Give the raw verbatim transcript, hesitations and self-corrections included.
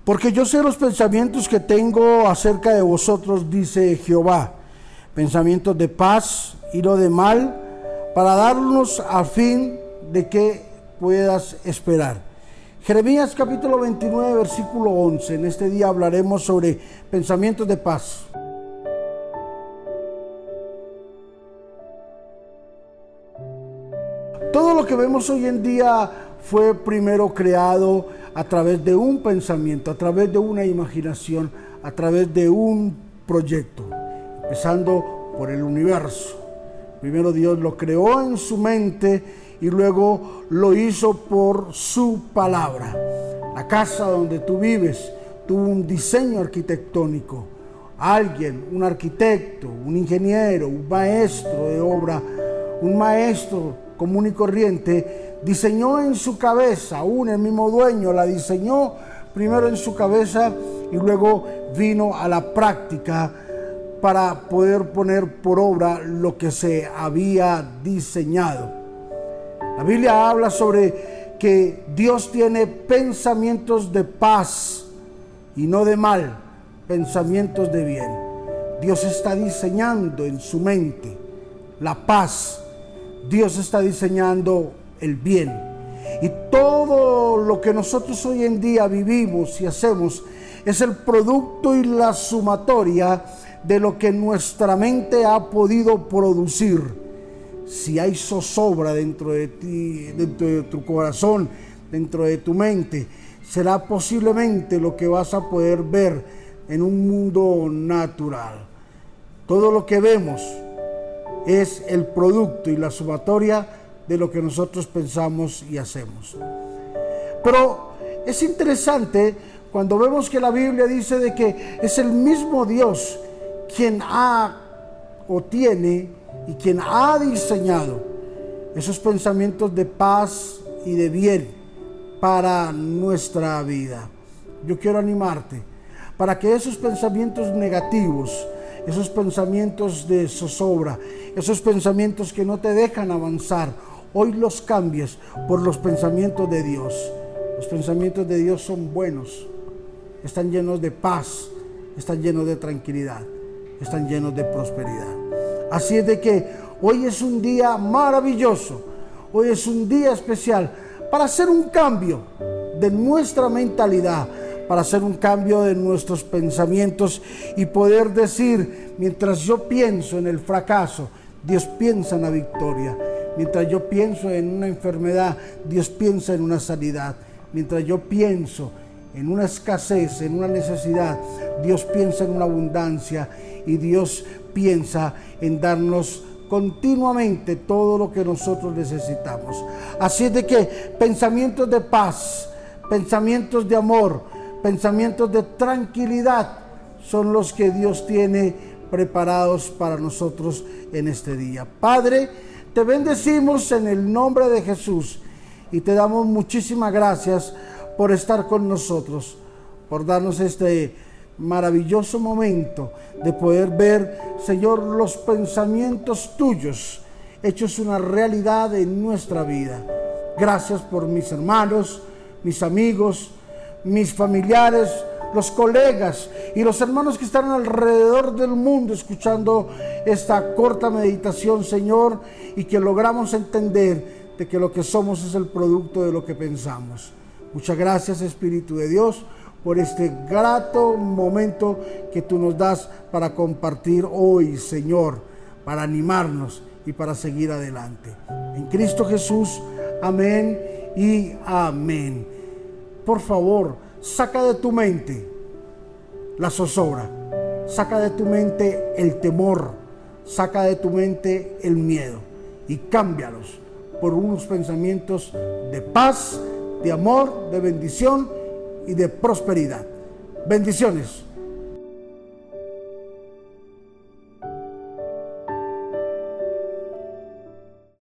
Porque yo sé los pensamientos que tengo acerca de vosotros, dice Jehová, pensamientos de paz y no de mal, para darnos a fin de que puedas esperar. Jeremías capítulo veintinueve, versículo once. En este día hablaremos sobre pensamientos de paz. Todo lo que vemos hoy en día fue primero creado a través de un pensamiento, a través de una imaginación, a través de un proyecto, empezando por el universo. Primero Dios lo creó en su mente y luego lo hizo por su palabra. La casa donde tú vives tuvo un diseño arquitectónico. Alguien, un arquitecto, un ingeniero, un maestro de obra, un maestro común y corriente, diseñó en su cabeza, aún el mismo dueño la diseñó primero en su cabeza y luego vino a la práctica para poder poner por obra lo que se había diseñado. La Biblia habla sobre que Dios tiene pensamientos de paz y no de mal, pensamientos de bien. Dios está diseñando en su mente la paz. Dios está diseñando el bien. Y todo lo que nosotros hoy en día vivimos y hacemos es el producto y la sumatoria de lo que nuestra mente ha podido producir. Si hay zozobra dentro de ti, dentro de tu corazón, dentro de tu mente, será posiblemente lo que vas a poder ver en un mundo natural. Todo lo que vemos es el producto y la sumatoria de lo que nosotros pensamos y hacemos. Pero es interesante cuando vemos que la Biblia dice de que es el mismo Dios quien ha o tiene y quien ha diseñado esos pensamientos de paz y de bien para nuestra vida. Yo quiero animarte para que esos pensamientos negativos, esos pensamientos de zozobra, esos pensamientos que no te dejan avanzar, hoy los cambies por los pensamientos de Dios. Los pensamientos de Dios son buenos, están llenos de paz, están llenos de tranquilidad, están llenos de prosperidad. Así es de que hoy es un día maravilloso, hoy es un día especial para hacer un cambio de nuestra mentalidad, para hacer un cambio de nuestros pensamientos y poder decir, mientras yo pienso en el fracaso, Dios piensa en la victoria. Mientras yo pienso en una enfermedad, Dios piensa en una sanidad. Mientras yo pienso en una escasez, en una necesidad, Dios piensa en una abundancia y Dios piensa en darnos continuamente todo lo que nosotros necesitamos. Así es de que pensamientos de paz, pensamientos de amor, pensamientos de tranquilidad son los que Dios tiene preparados para nosotros en este día. Padre, te bendecimos en el nombre de Jesús y te damos muchísimas gracias por estar con nosotros, por darnos este maravilloso momento de poder ver, Señor, los pensamientos tuyos hechos una realidad en nuestra vida. Gracias por mis hermanos, mis amigos, mis familiares, los colegas y los hermanos que están alrededor del mundo escuchando esta corta meditación, Señor, y que logramos entender de que lo que somos es el producto de lo que pensamos. Muchas gracias, Espíritu de Dios, por este grato momento que tú nos das para compartir hoy, Señor, para animarnos y para seguir adelante. En Cristo Jesús, amén y amén. Por favor, saca de tu mente la zozobra, saca de tu mente el temor, saca de tu mente el miedo y cámbialos por unos pensamientos de paz, de amor, de bendición y de prosperidad. Bendiciones.